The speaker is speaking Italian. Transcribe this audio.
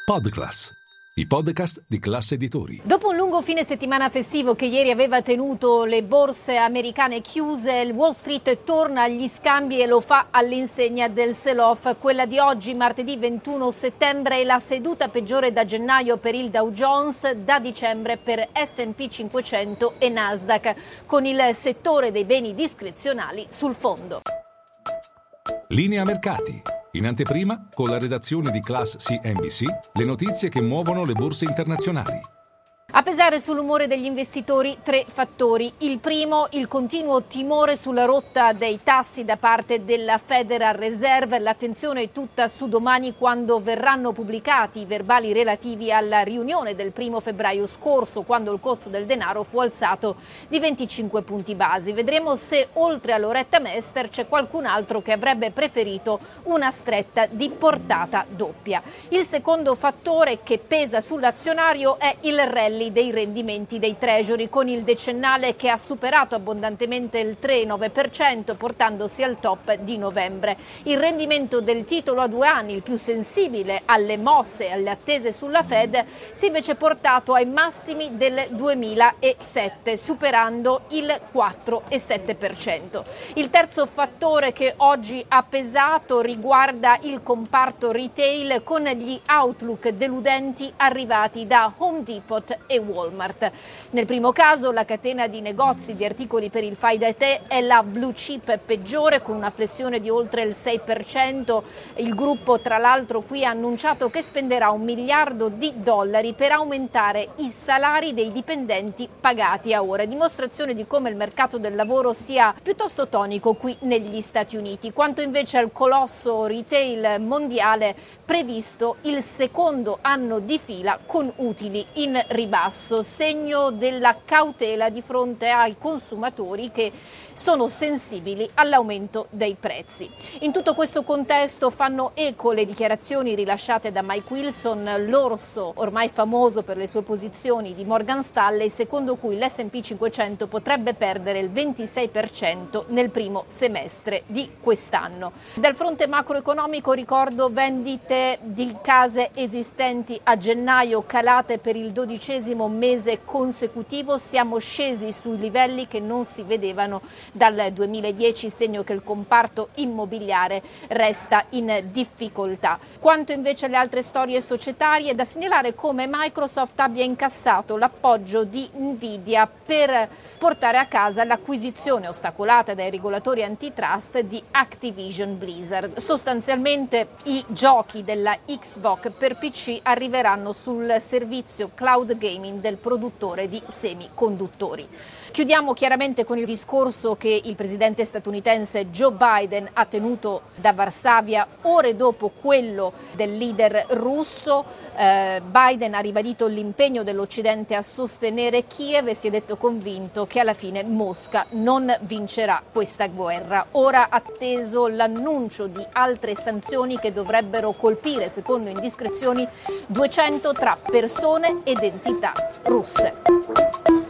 Podclass, i podcast di Class Editori. Dopo un lungo fine settimana festivo che ieri aveva tenuto le borse americane chiuse, il Wall Street torna agli scambi e lo fa all'insegna del sell-off. Quella di oggi, martedì 21 settembre, è la seduta peggiore da gennaio per il Dow Jones, da dicembre per S&P 500 e Nasdaq, con il settore dei beni discrezionali sul fondo. Linea mercati. In anteprima, con la redazione di Class CNBC, le notizie che muovono le borse internazionali. A pesare sull'umore degli investitori, tre fattori. Il primo, il continuo timore sulla rotta dei tassi da parte della Federal Reserve. L'attenzione è tutta su domani, quando verranno pubblicati i verbali relativi alla riunione del 1 febbraio scorso, quando il costo del denaro fu alzato di 25 punti basi. Vedremo se oltre a Loretta Mester c'è qualcun altro che avrebbe preferito una stretta di portata doppia. Il secondo fattore che pesa sull'azionario è il rally dei rendimenti dei treasury, con il decennale che ha superato abbondantemente il 3,9%, portandosi al top di novembre. Il rendimento del titolo a 2 anni, il più sensibile alle mosse e alle attese sulla Fed, si è invece portato ai massimi del 2007, superando il 4,7%. Il terzo fattore che oggi ha pesato riguarda il comparto retail, con gli outlook deludenti arrivati da Home Depot e Walmart. Nel primo caso, la catena di negozi di articoli per il fai da te è la blue chip peggiore, con una flessione di oltre il 6%. Il gruppo, tra l'altro, qui ha annunciato che spenderà $1 miliardo per aumentare i salari dei dipendenti pagati a ora, dimostrazione di come il mercato del lavoro sia piuttosto tonico qui negli Stati Uniti. Quanto invece al colosso retail mondiale, previsto il secondo anno di fila con utili in ribasso, segno della cautela di fronte ai consumatori che sono sensibili all'aumento dei prezzi. In tutto questo contesto fanno eco le dichiarazioni rilasciate da Mike Wilson, l'orso ormai famoso per le sue posizioni di Morgan Stanley, secondo cui l'S&P 500 potrebbe perdere il 26% nel primo semestre di quest'anno. Dal fronte macroeconomico ricordo vendite di case esistenti a gennaio calate per il 12° mese consecutivo. Siamo scesi sui livelli che non si vedevano dal 2010, segno che il comparto immobiliare resta in difficoltà. Quanto invece alle altre storie societarie, è da segnalare come Microsoft abbia incassato l'appoggio di Nvidia per portare a casa l'acquisizione ostacolata dai regolatori antitrust di Activision Blizzard. Sostanzialmente i giochi della Xbox per PC arriveranno sul servizio cloud gaming del produttore di semiconduttori. Chiudiamo chiaramente con il discorso che il presidente statunitense Joe Biden ha tenuto da Varsavia ore dopo quello del leader russo. Biden ha ribadito l'impegno dell'Occidente a sostenere Kiev e si è detto convinto che alla fine Mosca non vincerà questa guerra. Ora atteso l'annuncio di altre sanzioni che dovrebbero colpire, secondo indiscrezioni, 200 tra persone ed entità russe.